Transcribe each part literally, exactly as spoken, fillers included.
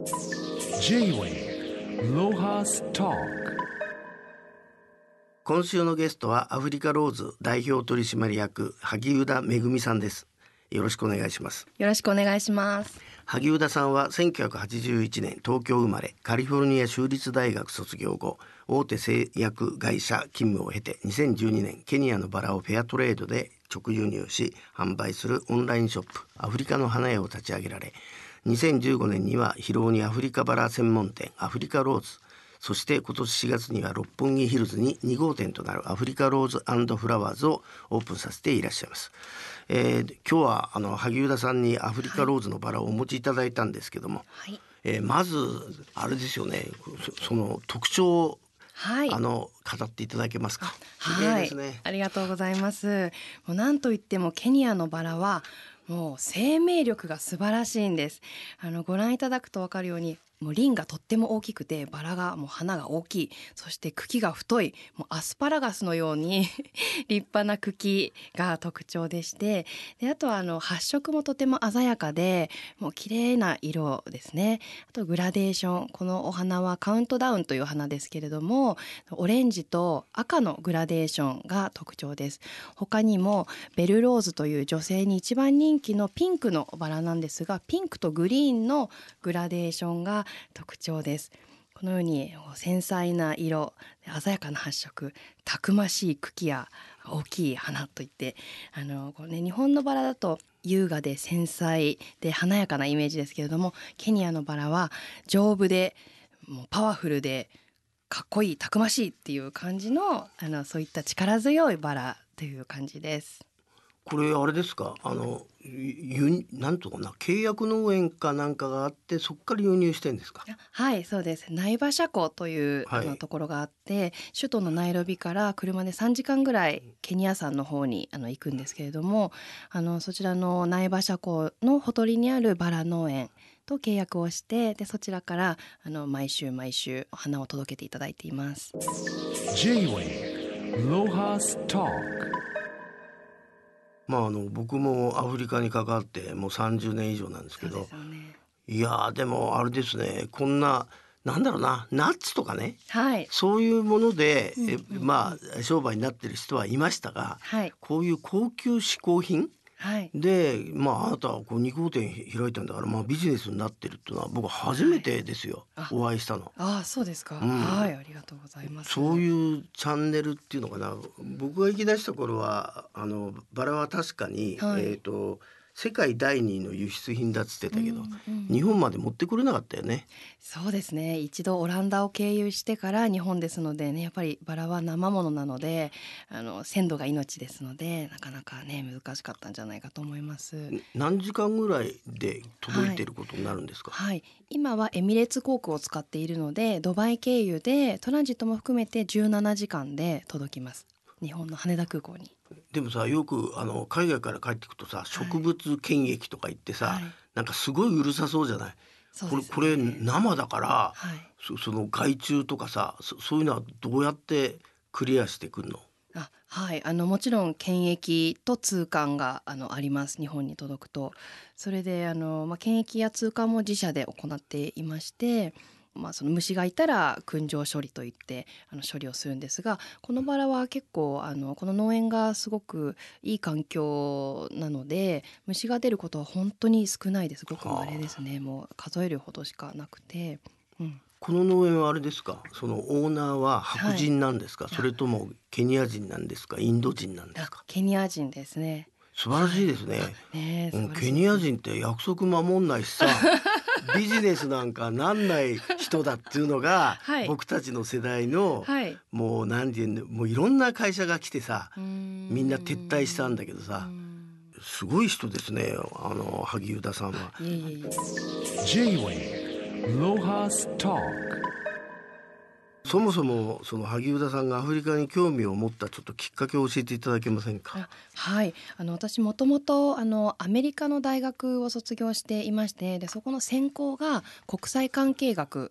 J-Wave ロハストーク。 今週のゲストはアフリカローズ代表取締役萩生田恵さんです。よろしくお願いします。 よろしくお願いします。 萩生田さんはせんきゅうひゃくはちじゅういちねん東京生まれ、カリフォルニア州立大学卒業後、大手製薬会社勤務を経てにせんじゅうにねんケニアのバラをフェアトレードで直輸入し販売するオンラインショップアフリカの花屋を立ち上げられ、にせんじゅうごねんには広尾にアフリカバラ専門店アフリカローズ、そして今年しがつには六本木ヒルズにに号店となるアフリカローズ&フラワーズをオープンさせていらっしゃいます。えー、今日はあの萩生田さんにアフリカローズのバラをお持ちいただいたんですけども、 はい、 えー、まずあれですよね、そ、その特徴を、はい、あの語っていただけますか。綺麗ですね。 はい、ありがとうございます。もうなんといってもケニアのバラはもう生命力が素晴らしいんです。あのご覧いただくと分かるように、もう輪がとっても大きくて、バラがもう花が大きい、そして茎が太い、もうアスパラガスのように立派な茎が特徴でして、であとはあの発色もとても鮮やかで、もう綺麗な色ですね。あとグラデーション、このお花はカウントダウンという花ですけれども、オレンジと赤のグラデーションが特徴です。他にもベルローズという女性に一番人気のピンクのバラなんですが、ピンクとグリーンのグラデーションが特徴です。このように繊細な色、鮮やかな発色、たくましい茎や大きい花といって、あのこう、ね、日本のバラだと優雅で繊細で華やかなイメージですけれども、ケニアのバラは丈夫でもうパワフルでかっこいい、たくましいっていう感じの、あのそういった力強いバラという感じです。 これあれですか、あのゆなんとかな契約農園かなんかがあって、そこから輸入してんですか。 はい、そうです。ナイバシャ湖という、はい、あのところがあって、首都のナイロビから車でさんじかんぐらいケニア山の方にあの行くんですけれども、あのそちらのナイバシャ湖のほとりにあるバラ農園と契約をして、でそちらからあの毎週毎週お花を届けていただいています。 J-Wave ロハストーク。 まあ、あの僕もアフリカに関わってもうさんじゅうねん以上なんですけど、 ね、 いやでもあれですね、こんななんだろうな、ナッツとかね、はい、そういうもので、うんうんうん、まあ商売になってる人はいましたが、はい、こういう高級嗜好品、はい、で、まああなたはこうに号店開いたんだから、まあ、ビジネスになってるっていうのは僕初めてですよ、はい、お会いしたの。 ああ、そうですか、うん、はい、ありがとうございます。 そういうチャンネルっていうのかな、僕が行き出した頃はあのバラは確かに、はい、えーと世界だいにいの輸出品だっつってたけど、うんうん、日本まで持ってくれなかったよね。 そうですね、一度オランダを経由してから日本ですのでね、やっぱりバラは生ものなので、あの鮮度が命ですので、なかなかね難しかったんじゃないかと思います。 何時間ぐらいで届いていることになるんですか。 はい、はい、今はエミレーツ航空を使っているので、ドバイ経由でトランジットも含めてじゅうななじかんで届きます、日本の羽田空港に。 でもさ、よくあの海外から帰ってくるとさ、はい、植物検疫とか言ってさ、はい、なんかすごいうるさそうじゃない。そうですね、これこれ生だから、はい、そ, その害虫とかさ、そ, そういうのはどうやってクリアしてくるの。 あ、はい、あのもちろん検疫と通関があのあります、日本に届くと。それであの、まあ、検疫や通関も自社で行っていまして、まあ、その虫がいたら燻蒸処理といってあの処理をするんですが、このバラは結構あのこの農園がすごくいい環境なので、虫が出ることは本当に少ないです。ごく稀ですね。もう数えるほどしかなくて、うん、 この農園はあれですか、そのオーナーは白人なんですか、はい、それともケニア人なんですか、インド人なんですか。 ケニア人ですね。 素晴らしいですね。はい、ね、うん、ケニア人って約束守んないしさビジネスなんかなんない人だっていうのが、はい、僕たちの世代の、はい、もう何て言うんだ、もういろんな会社が来てさ、みんな撤退したんだけどさ、すごい人ですね、あの萩生田さんは。いえいえいえ。 J-Wave ロハストーク。 そもそもその萩生田さんがアフリカに興味を持ったちょっときっかけを教えていただけませんか。 はい、あの私もともとあのアメリカの大学を卒業していまして、でそこの専攻が国際関係学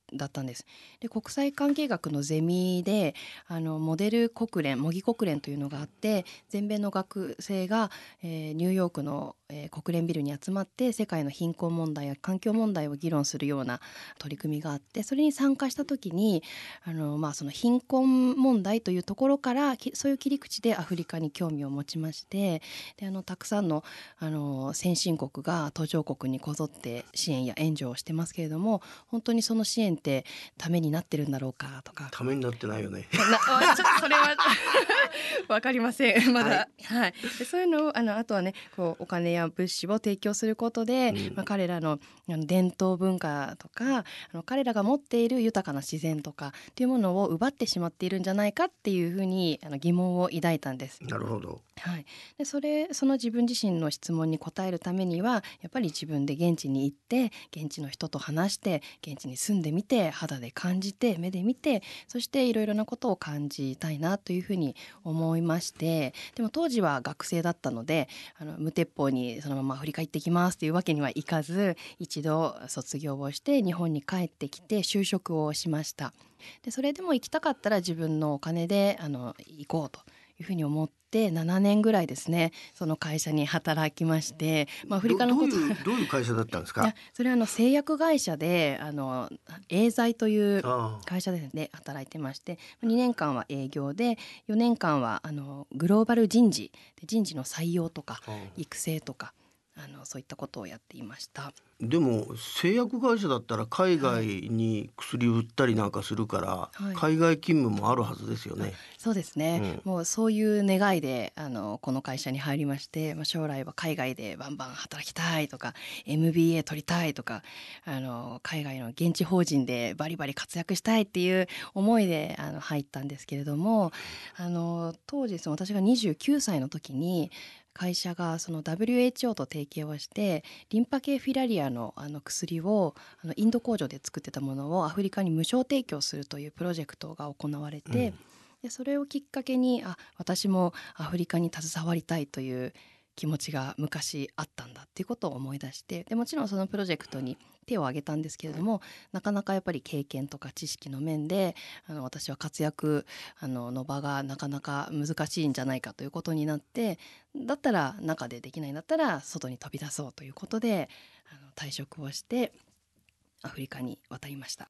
だったんです。で国際関係学のゼミであのモデル国連模擬国連というのがあって、全米の学生が、えーニューヨークの、えー国連ビルに集まって世界の貧困問題や環境問題を議論するような取り組みがあって、それに参加した時にあの、まあ、その貧困問題というところからきそういう切り口でアフリカに興味を持ちまして、であのたくさんの、あの先進国が途上国にこぞって支援や援助をしてますけれども、本当にその支援ってためになってるんだろうかとか。 ためになってないよね。 なあちょっとそれはわかりませんまだ、 ははいでそういうのをあのあとはねこうお金や物資を提供することで、 うんまあ、彼らのあの伝統文化とかあの彼らが持っている豊かな自然とかっていうものを奪ってしまっているんじゃないかっていうふうにあの疑問を抱いたんです。 なるほど。 はい、でそれその自分自身の質問に答えるためにはやっぱり自分で現地に行って現地の人と話して現地に住んでみて肌で感じて目で見て、そしていろいろなことを感じたいなというふうに思いまして、でも当時は学生だったのであの無鉄砲にそのままアフリカ行ってきますというわけにはいかず、一度卒業をして日本に帰ってきて就職をしました。でそれでも行きたかったら自分のお金であの行こうというふうに思ってななねんぐらいですねその会社に働きまして、まあ、アフリカのことどどういうどういう会社だったんですか。 いやそれはあの製薬会社であのエーザイというあ会社で働いてまして、にねんかんは営業でよねんかんはあのグローバル人事で人事の採用とかあ育成とかあのそういったことをやっていました。 でも製薬会社だったら海外に薬売ったりなんかするから、 はい海外勤務もあるはずですよね。 そうですね、もうそういう願いであのこの会社に入りまして、まあ、将来は海外でバンバン働きたいとか エムビーエー 取りたいとかあの海外の現地法人でバリバリ活躍したいっていう思いであの入ったんですけれども、あの当時その私がにじゅうきゅうさいの時に会社がその ダブリューエイチオー と提携をしてリンパ系フィラリアのあの薬をあのインド工場で作ってたものをアフリカに無償提供するというプロジェクトが行われて、 うんでそれをきっかけにあ私もアフリカに携わりたいという気持ちが昔あったんだっていうことを思い出して、でもちろんそのプロジェクトに手を挙げたんですけれども、なかなかやっぱり経験とか知識の面であの私は活躍あのの場がなかなか難しいんじゃないかということになって、だったら中でできないんだったら外に飛び出そうということであの退職をしてアフリカに渡りました。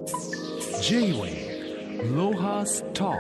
J-Way Lohas Talk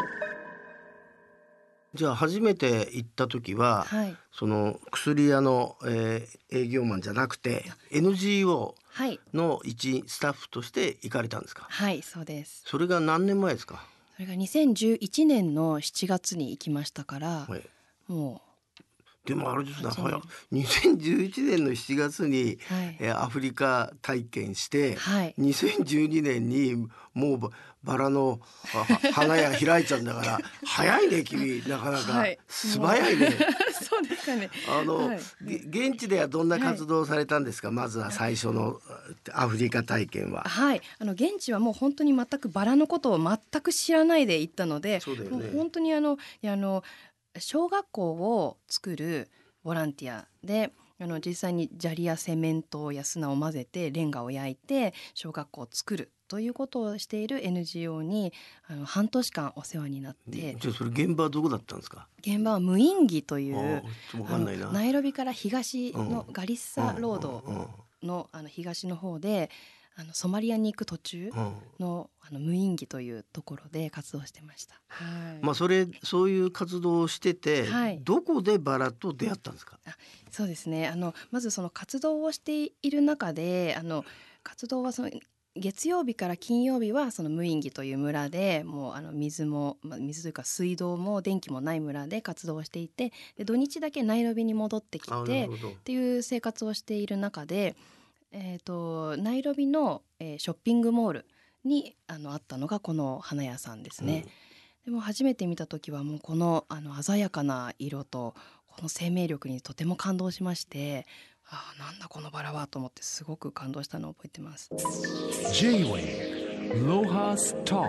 じゃあ初めて行った時は、 はいその薬屋の、えー営業マンじゃなくて エヌジーオはいー の一スタッフとして行かれたんですか。 はいそうです。 それが何年前ですか。 それがにせんじゅういちねんのしちがつに行きましたから、 はいもでもあれですね、 はちねん早いにせんじゅういちねんのしちがつに、 うはい、 えーアフリカ体験してはい、 にせんじゅうにねんにもうババラのあは花屋開いちゃうんだから早いね君、なかなかはい素早いね。 そうですかね。 あの、 はいげ現地ではどんな活動をされたんですか、まずは最初のアフリカ体験は。 はい、あの現地はもう本当に全くバラのことを全く知らないで行ったので、 そうだよねもう本当にあのいやあの小学校を作るボランティアで、あの実際に砂利やセメントや砂を混ぜてレンガを焼いて小学校を作るということをしている エヌジーオー にあの半年間お世話になって、 じゃあそれ現場はどこだったんですか。 現場はムインギといあうあわかんないな。 あのナイロビから東のうんガリッサロードうんうんのあの東の方であのソマリアに行く途中うんのあのムインギというところで活動してました。はいまあそれそういう活動をしてて、 はいどこでバラと出会ったんですか。 そうですね、あのまずその活動をしている中であの活動はその月曜日から金曜日はそのムインギという村でもうあの水も、まあ、水というか水道も電気もない村で活動をしていて、で土日だけナイロビに戻ってきあなてるほどっていう生活をしている中で、えー、とナイロビの、えーショッピングモールにあのあったのがこの花屋さんですね。でも初めて見た時はもうこの、あの鮮やかな色とこの生命力にとても感動しまして、ああなんだこのバラはと思ってすごく感動したのを覚えてます。 J-Way Lohas Talk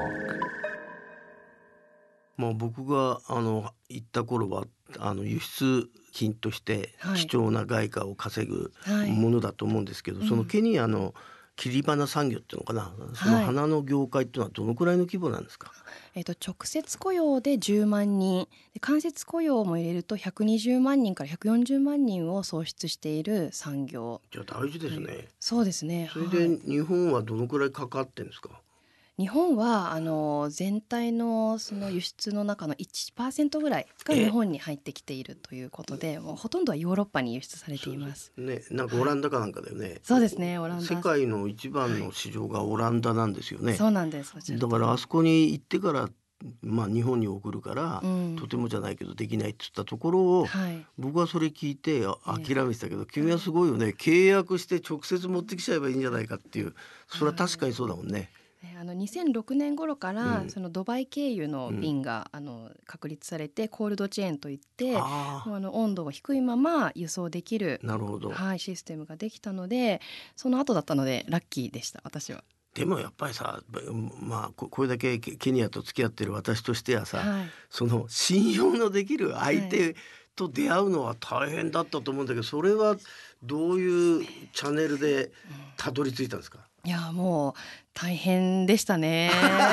まあ僕があの行った頃はあの輸出品としてはい貴重な外貨を稼ぐはいものだと思うんですけど、 うんそのケニアの、 切り花産業っていうのかな、その花の業界っていうのはどのくらいの規模なんですか？ えっと、直接雇用でじゅうまんにんで、間接雇用も入れるとひゃくにじゅうまんにんからひゃくよんじゅうまんにんを創出している産業。 じゃあ大事ですね、 はい、そうですね。 それはい、 で日本はどのくらいかかってんですか？ 日本はあの全体のその輸出の中の いちパーセント ぐらいがえ日本に入ってきているということで、もうほとんどはヨーロッパに輸出されています。 ね、なんかオランダかなんかだよね、 そうですね、オランダ。 世界の一番の市場がオランダなんですよね、 そうなんです。おっしゃる通りだからあそこに行ってから、まあ、日本に送るから、 うん、 とてもじゃないけどできないって言ったところを、 はい、 僕はそれ聞いてあええ諦めてたけど、君はすごいよね、契約して直接持ってきちゃえばいいんじゃないかっていう、それは確かにそうだもんね。 ね、あのにせんろくねん頃かうんらそのドバイ経由のうん便が、あの確立されて、コールドチェーンといってあもうあの温度が低いまま輸送できる、 あ、なるほど。 はい、システムができたので、その後だったのでラッキーでした、私は。 でもやっぱりさ、まあここれだけケケニアと付き合ってる私としてはさ、 はい、 その信用のできる相手と出会うのは大変だったと思うんだけど、それはどういうチャンネルでたどり着いたんですか？ いやもう大変でしたね。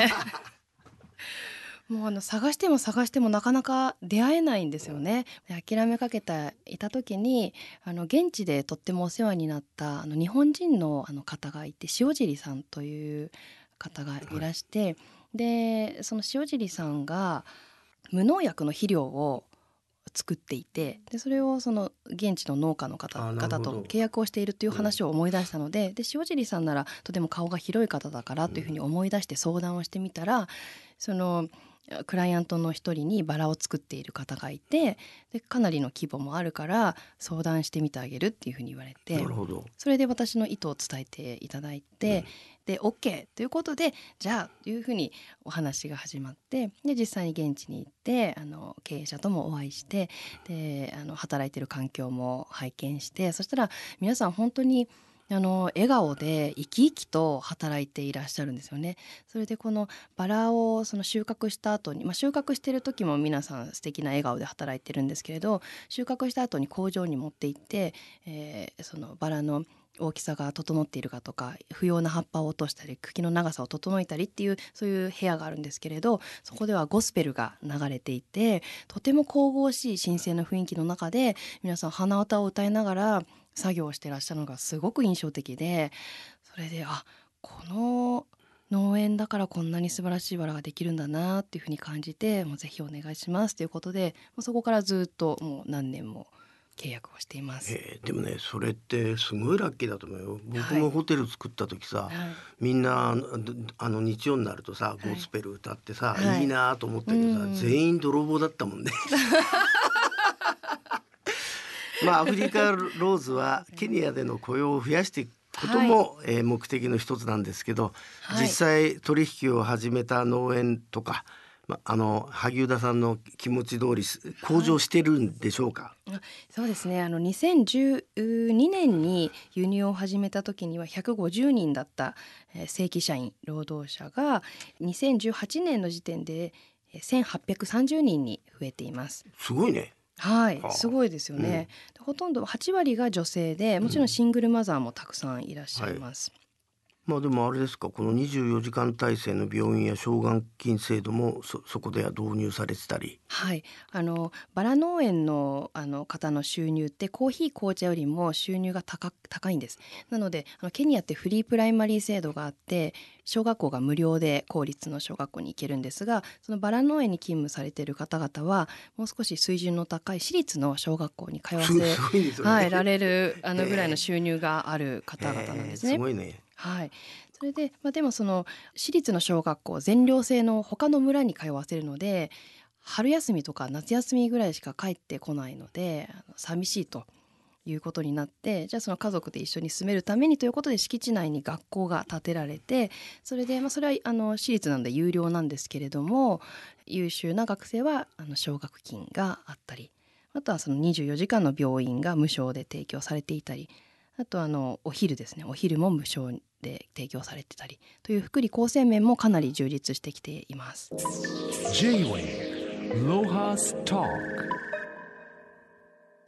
もうあの探しても探してもなかなか出会えないんですよね。で諦めかけていた時に、あの現地でとってもお世話になったあの日本人のあの方がいて、塩尻さんという方がいらして、でその塩尻さんが無農薬の肥料を作っていて、でそれをその現地の農家の方あ、なるほど 々と契約をしているという話を思い出したので、で塩尻さんならとても顔が広い方だからというふうに思い出して相談をしてみたら、そのクライアントの一人にバラを作っている方がいて、でかなりの規模もあるから相談してみてあげるっていうふうに言われて、 なるほど。 それで私の意図を伝えていただいて、で OK ということで、じゃあというふうにお話が始まって、で実際に現地に行ってあの経営者ともお会いして、であの働いてる環境も拝見して、そしたら皆さん本当にあの笑顔で生き生きと働いていらっしゃるんですよね。それでこのバラをその収穫した後に、まあ、収穫してる時も皆さん素敵な笑顔で働いてるんですけれど、収穫した後に工場に持って行って、えーそのバラの大きさが整っているかとか、不要な葉っぱを落としたり茎の長さを整えたりっていう、そういう部屋があるんですけれど、そこではゴスペルが流れていて、とても神々しい神聖な雰囲気の中で皆さん鼻歌を歌いながら作業をしてらっしゃるのがすごく印象的で、それであこの農園だからこんなに素晴らしいバラができるんだなっていうふうに感じて、もうぜひお願いしますということで、もうそこからずっともう何年も契約をしています。 えーでもね、それってすごいラッキーだと思うよ。僕もホテル作った時さ、 はい、 みんなあのあの日曜になるとさ、 いゴスペル歌ってさ、 はいいいなと思ったけどさ、 うん全員泥棒だったもんね。まあアフリカローズはケニアでの雇用を増やしていくことも、えー目的の一つなんですけど、 はい実際取引を始めた農園とか、まあの萩生田さんの気持ち通りす向上してるんでしょうか？ あそうですね、あのにせんじゅうにねんに輸入を始めた時にはひゃくごじゅうにんだった、えー正規社員労働者がにせんじゅうはちねんの時点でえーせんはっぴゃくさんじゅうにんに増えています。 すごいね。 はいはあすごいですよね、でほとんどはちわりが女性で、もちろんシングルマザーもたくさんいらっしゃいます。 まあでもあれですか、このにじゅうよじかん体制の病院や奨学金制度も そ, そこでは導入されてたり。 はい、あのバラ農園のあの方の収入ってコーヒー紅茶よりも収入が 高, 高いんです。なのであのケニアってフリープライマリー制度があって、小学校が無料で公立の小学校に行けるんですが、そのバラ農園に勤務されている方々はもう少し水準の高い私立の小学校に通わせすすごいですよね。 はい、られるあのへえぐらいの収入がある方々なんですね。 えーすごいね。 はい、それで、まあ、でもその私立の小学校全寮制の他の村に通わせるので、春休みとか夏休みぐらいしか帰ってこないので、あの寂しいということになって、じゃあその家族で一緒に住めるためにということで敷地内に学校が建てられて、それで、まあ、それはあの私立なので有料なんですけれども、優秀な学生はあの奨学金があったり、あとはそのにじゅうよじかんの病院が無償で提供されていたり、あとあのお昼ですね、お昼も無償で提供されてたりという福利厚生面もかなり充実してきています。 J-Way ロハスター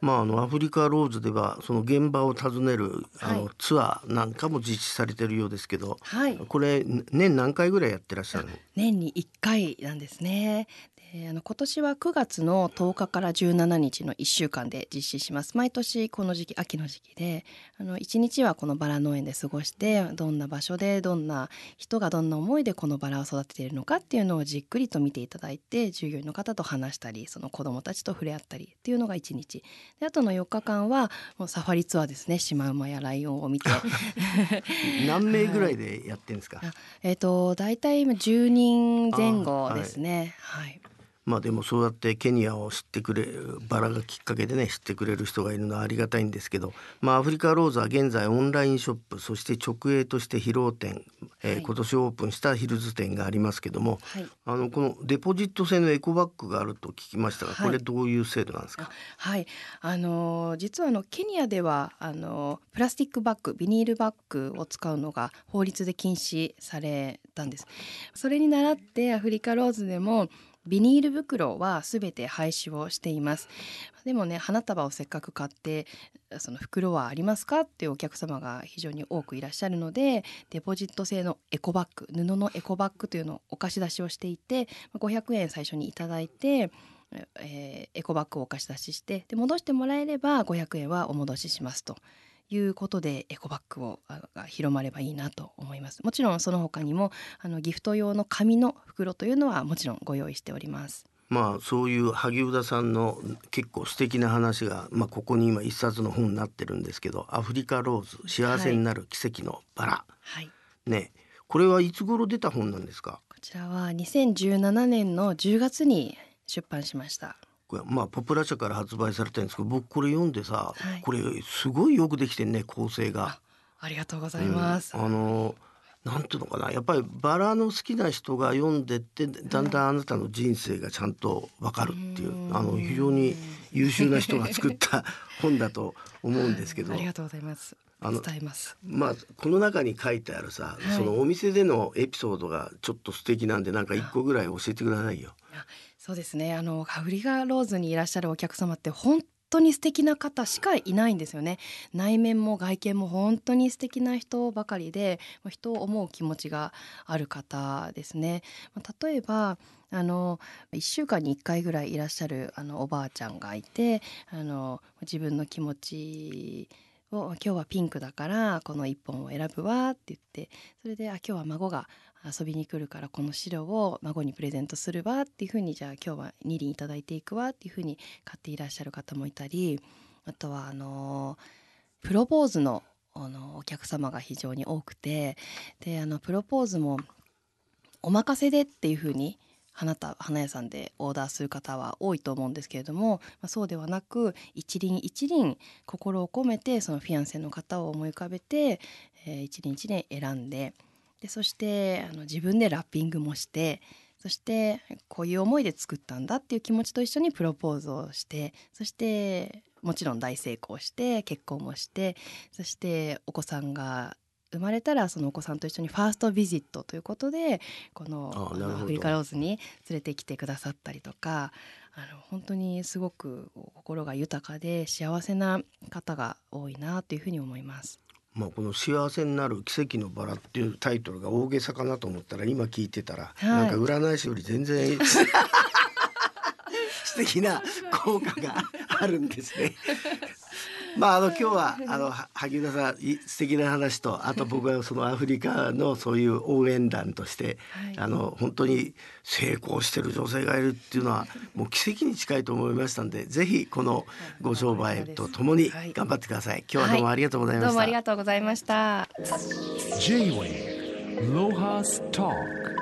まあ、あのアフリカローズではその現場を訪ねるあの、 はいツアーなんかも実施されているようですけど、 はいこれ年何回ぐらいやってらっしゃるの？ 年にいっかいなんですね。であの今年はくがつのとおかからじゅうしちにちのいっしゅうかんで実施します。毎年この時期、秋の時期で、あのいちにちはこのバラ農園で過ごして、どんな場所でどんな人がどんな思いでこのバラを育てているのかっていうのをじっくりと見ていただいて、従業員の方と話したり、その子どもたちと触れ合ったりっていうのがいちにちで、あとのよっかかんはもうサファリツアーですね。シマウマやライオンを見て何名ぐらいでやってるんですか？ あえっ、とだいたい今じゅうにんぜん後ですね。はいまあでもそうやってケニアを知ってくれるバラがきっかけでね知ってくれる人がいるのはありがたいんですけど、まあ、アフリカローズは現在オンラインショップ、そして直営として広尾店、えーはい今年オープンしたヒルズ店がありますけども、 はいあのこのデポジット制のエコバッグがあると聞きましたが、 はいこれどういう制度なんですか？ はい、あのー実はあのケニアではあのープラスチックバッグ、ビニールバッグを使うのが法律で禁止されたんです。それに倣ってアフリカローズでもビニール袋はすべて廃止をしています。でもね、花束をせっかく買ってその袋はありますかっていうお客様が非常に多くいらっしゃるので、デポジット製のエコバッグ、布のエコバッグというのをお貸し出しをしていて、ごひゃくえん最初にいただいて、えーエコバッグをお貸し出しして、で戻してもらえればごひゃくえんはお戻ししますということで、エコバッグをあが広まればいいなと思います。もちろんその他にもあのギフト用の紙の袋というのはもちろんご用意しております。 まあそういう萩生田さんの結構素敵な話が、まあ、ここに今一冊の本になってるんですけど、アフリカローズ幸せになる奇跡のバラ、 はい、 ね、これはいつ頃出た本なんですか？ こちらはにせんじゅうななねんのじゅうがつに出版しました。 これまあポプラ社から発売されてるんですけど、僕これ読んでさ、 はいこれすごいよくできてんね、構成が。 あ、ありがとうございます。 うん、あのなんていうのかな、やっぱりバラの好きな人が読んでってだんだんあなたの人生がちゃんとわかるっていう、 うんあの非常に優秀な人が作った本だと思うんですけどありがとうございます。 あの伝えます。 まあこの中に書いてあるさ、 はいそのお店でのエピソードがちょっと素敵なんで、なんか一個ぐらい教えてくださいよ。 あそうですね、あのアフリカローズにいらっしゃるお客様って本当に素敵な方しかいないんですよね。内面も外見も本当に素敵な人ばかりで、人を思う気持ちがある方ですね。例えばあのいっしゅうかんにいっかいぐらいいらっしゃるあのおばあちゃんがいて、あの自分の気持ちを今日はピンクだからこのいっぽんを選ぶわって言って、それであ今日は孫が遊びに来るからこの白を孫にプレゼントするわっていうふうに、じゃあ今日はに輪いただいていくわっていうふうに買っていらっしゃる方もいたり、あとはあのプロポーズのあのお客様が非常に多くて、であのプロポーズもお任せでっていうふうに花た花屋さんでオーダーする方は多いと思うんですけれども、まあ、そうではなく一輪一輪心を込めてそのフィアンセの方を思い浮かべて、えー、一輪一輪選んで、でそしてあの自分でラッピングもして、そしてこういう思いで作ったんだっていう気持ちと一緒にプロポーズをして、そしてもちろん大成功して結婚もして、そしてお子さんが生まれたらそのお子さんと一緒にファーストビジットということでこのあなるほどアフリカローズに連れてきてくださったりとか、あの本当にすごく心が豊かで幸せな方が多いなというふうに思います。 まあ、この幸せになる奇跡のバラっていうタイトルが大げさかなと思ったら、今聞いてたら、 はいなんか占い師より全然素敵な効果があるんですね。まあ、あの今日はあの萩生田さんい素敵な話と、あと僕はそのアフリカのそういう応援団として、 はいあの本当に成功してる女性がいるっていうのはもう奇跡に近いと思いましたんで、ぜひこのご商売とともに頑張ってください。今日はどうもありがとうございました。 どうもありがとうございました。 J-Wave Lohas Talk